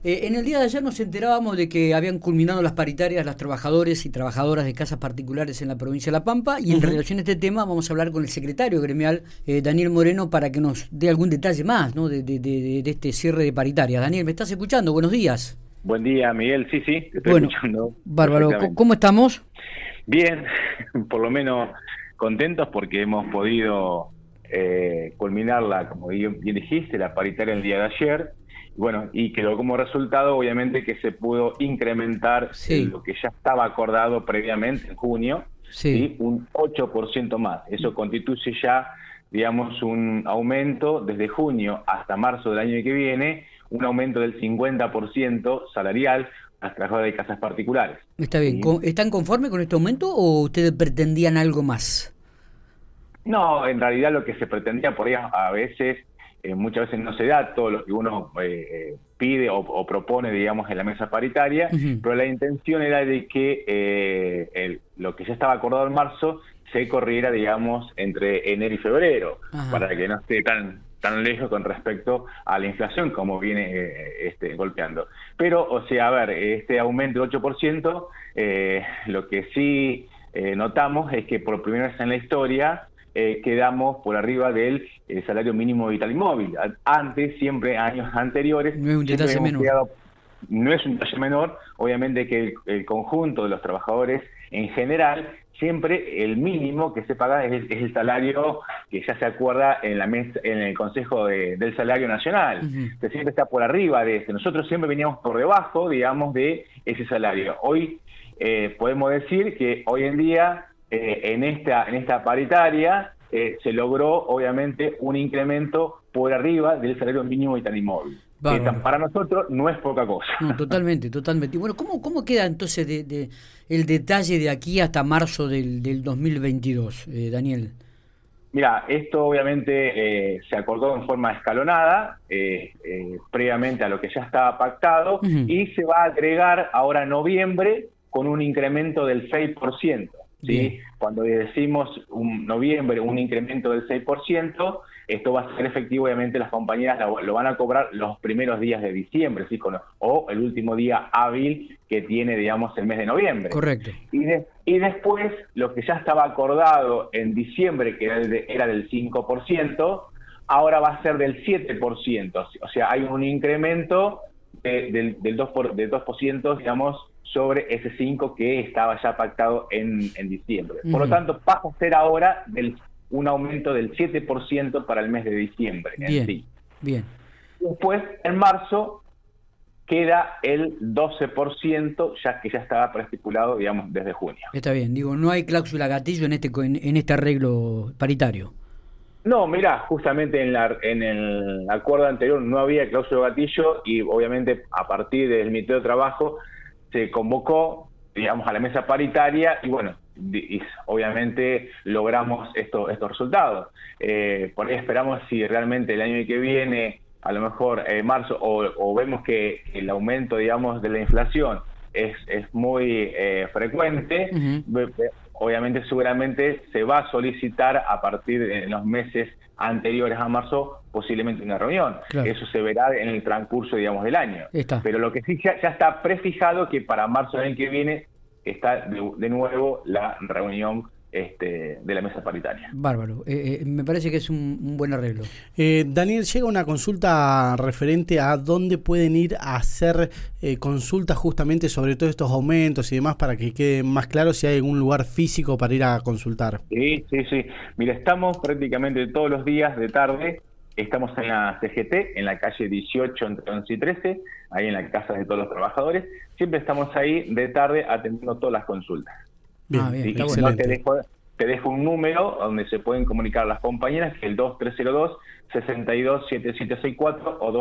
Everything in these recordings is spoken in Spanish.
En el día de ayer nos enterábamos de que habían culminado las paritarias las trabajadores y trabajadoras de casas particulares en la provincia de La Pampa y en relación a este tema vamos a hablar con el secretario gremial, Daniel Moreno, para que nos dé algún detalle más, ¿no? de este cierre de paritarias. Daniel, ¿me estás escuchando? Buenos días. Buen día, Miguel. Sí, sí, te estoy Bueno, escuchando bárbaro. perfectamente. ¿Cómo estamos? Bien, por lo menos contentos porque hemos podido culminarla, como bien dijiste, la paritaria el día de ayer. Bueno, y quedó como resultado, obviamente, que se pudo incrementar Sí, lo que ya estaba acordado previamente en junio, sí. ¿sí? Un 8% más. Eso constituye ya, digamos, un aumento desde junio hasta marzo del año que viene, un aumento del 50% salarial a las trabajadoras de casas particulares. Está bien. ¿Sí? ¿Están conformes con este aumento o ustedes pretendían algo más? No, en realidad lo que se pretendía por ahí a veces, muchas veces no se da todo lo que uno pide o propone, digamos, en la mesa paritaria, Ujú. pero la intención era de que lo que ya estaba acordado en marzo se corriera, digamos, entre enero y febrero, Ajá. para que no esté tan lejos con respecto a la inflación como viene golpeando. Pero, o sea, a ver, este aumento del 8%, lo que sí notamos es que por primera vez en la historia quedamos por arriba del salario mínimo vital y móvil. Antes, siempre, años anteriores, No es un siempre detalle hemos menor. quedado, no es un detalle menor, obviamente que el conjunto de los trabajadores en general, siempre el mínimo que se paga es el salario que ya se acuerda en la mesa, en el Consejo del Salario Nacional, Ujú. que siempre está por arriba de ese. Nosotros siempre veníamos por debajo, digamos, de ese salario. Hoy podemos decir que hoy en día en esta paritaria se logró obviamente un incremento por arriba del salario mínimo vital y móvil, que Bárbaro. para nosotros no es poca cosa. No, totalmente, totalmente. Y bueno, ¿cómo queda entonces el detalle de aquí hasta marzo del 2022, Daniel? Mira, esto obviamente se acordó en forma escalonada, previamente a lo que ya estaba pactado, Ujú. y se va a agregar ahora en noviembre con un incremento del 6%. Bien. ¿Sí? Cuando decimos noviembre un incremento del 6%, esto va a ser efectivo, obviamente las compañías lo van a cobrar los primeros días de diciembre, ¿sí? O el último día hábil que tiene, digamos, el mes de noviembre. Correcto. Y después, lo que ya estaba acordado en diciembre, que era del 5%, ahora va a ser del 7%. O sea, hay un incremento del 2%, digamos, sobre ese 5% que estaba ya pactado en diciembre. Por lo Ujú. tanto, pasa a ser ahora un aumento del 7% para el mes de diciembre en Bien, sí. bien. Después, en marzo, queda el 12%, ya que ya estaba estipulado, digamos, desde junio. Está bien. Digo, no hay cláusula gatillo en este arreglo paritario. No, mirá, justamente en el acuerdo anterior no había cláusula gatillo y obviamente a partir del Ministerio de Trabajo se convocó, digamos, a la mesa paritaria y bueno, obviamente logramos estos resultados. Por ahí esperamos si realmente el año que viene, a lo mejor marzo, o vemos que el aumento, digamos, de la inflación es muy frecuente, Ujú. obviamente seguramente se va a solicitar a partir de los meses anteriores a marzo posiblemente una reunión. Claro. Eso se verá en el transcurso, digamos, del año. Está. Pero lo que sí ya está prefijado que para marzo del año que viene está de nuevo la reunión de la mesa paritaria. Bárbaro. Me parece que es un buen arreglo. Daniel, llega una consulta referente a dónde pueden ir a hacer consultas justamente sobre todos estos aumentos y demás para que quede más claro si hay algún lugar físico para ir a consultar. Sí, sí, sí. Mira, estamos prácticamente todos los días de tarde, estamos en la CGT, en la calle 18 entre 11 y 13, ahí en la casa de todos los trabajadores. Siempre estamos ahí de tarde atendiendo todas las consultas. Ah, Bien, bien, ¿Sí? está Y si no, bueno. excelente. te dejo un número donde se pueden comunicar las compañeras, que es el 2302-627764 o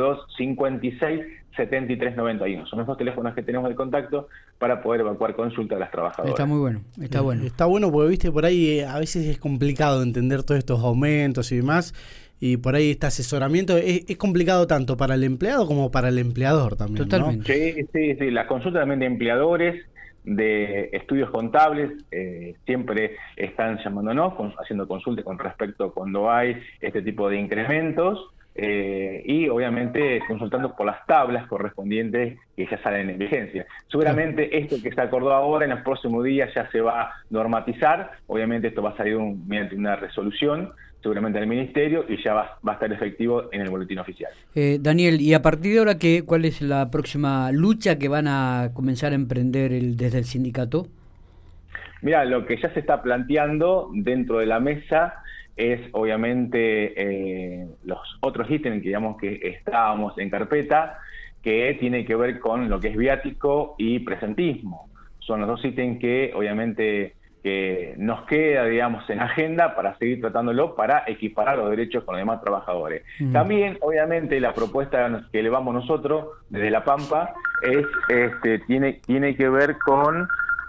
2302-567391. Son esos teléfonos que tenemos de contacto para poder evacuar consulta a las Está trabajadoras. muy bueno. Está bueno. Está bueno porque, viste, por ahí a veces es complicado entender todos estos aumentos y demás. Y por ahí este asesoramiento es complicado tanto para el empleado como para el empleador también, ¿no? Totalmente. Sí, sí, sí. Las consultas también de empleadores, de estudios contables, siempre están llamándonos, haciendo consultas con respecto a cuando hay este tipo de incrementos. y obviamente consultando por las tablas correspondientes que ya salen en vigencia. Seguramente esto que se acordó ahora en los próximos días ya se va a normatizar, obviamente esto va a salir mediante una resolución, seguramente al Ministerio, y ya va a estar efectivo en el boletín oficial. Daniel, y a partir de ahora, ¿cuál es la próxima lucha que van a comenzar a emprender desde el sindicato? Mira, lo que ya se está planteando dentro de la mesa es obviamente los otros ítems que digamos que estábamos en carpeta, que tiene que ver con lo que es viático y presentismo. Son los dos ítems que obviamente nos queda, digamos, en agenda para seguir tratándolo, para equiparar los derechos con los demás trabajadores. También, obviamente, la propuesta que elevamos nosotros desde La Pampa tiene que ver con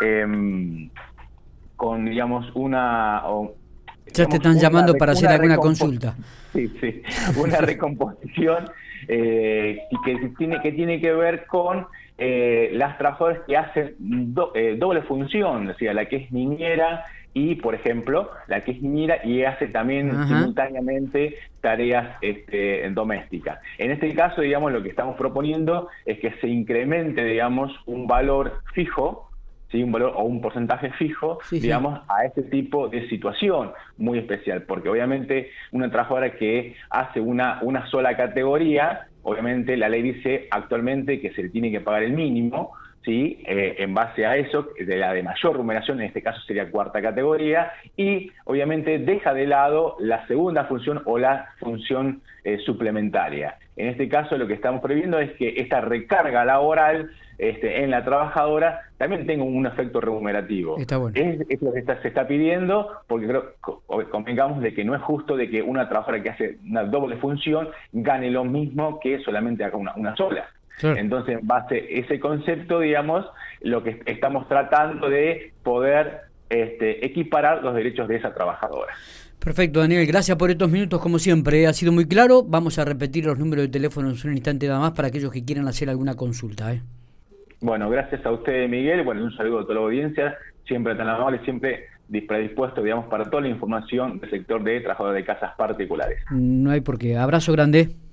digamos, ya te están llamando para hacer alguna consulta. Sí, una recomposición que tiene que ver con las trabajadoras que hacen doble función, o sea, la que es niñera y, por ejemplo, la que es niñera y hace también simultáneamente tareas domésticas. En este caso, digamos, lo que estamos proponiendo es que se incremente, digamos, un valor fijo, ¿sí? Un valor o un porcentaje fijo, digamos, a este tipo de situación muy especial, porque obviamente una trabajadora que hace una sola categoría, obviamente la ley dice actualmente que se le tiene que pagar el mínimo, ¿sí? En base a eso, de la de mayor remuneración, en este caso sería cuarta categoría, y obviamente deja de lado la segunda función o la función suplementaria. En este caso lo que estamos previendo es que esta recarga laboral en la trabajadora también tenga un efecto remunerativo. Está bueno. Es lo que se está pidiendo, porque convengamos de que no es justo de que una trabajadora que hace una doble función gane lo mismo que solamente haga una sola. Claro. Entonces, en base a ese concepto, digamos, lo que estamos tratando de poder equiparar los derechos de esa trabajadora. Perfecto, Daniel, gracias por estos minutos, como siempre, ha sido muy claro. Vamos a repetir los números de teléfono en un instante nada más para aquellos que quieran hacer alguna consulta. Bueno, gracias a usted, Miguel. Bueno, un saludo a toda la audiencia, siempre tan amable, siempre predispuesto, digamos, para toda la información del sector de trabajadores de casas particulares. No hay por qué. Abrazo grande.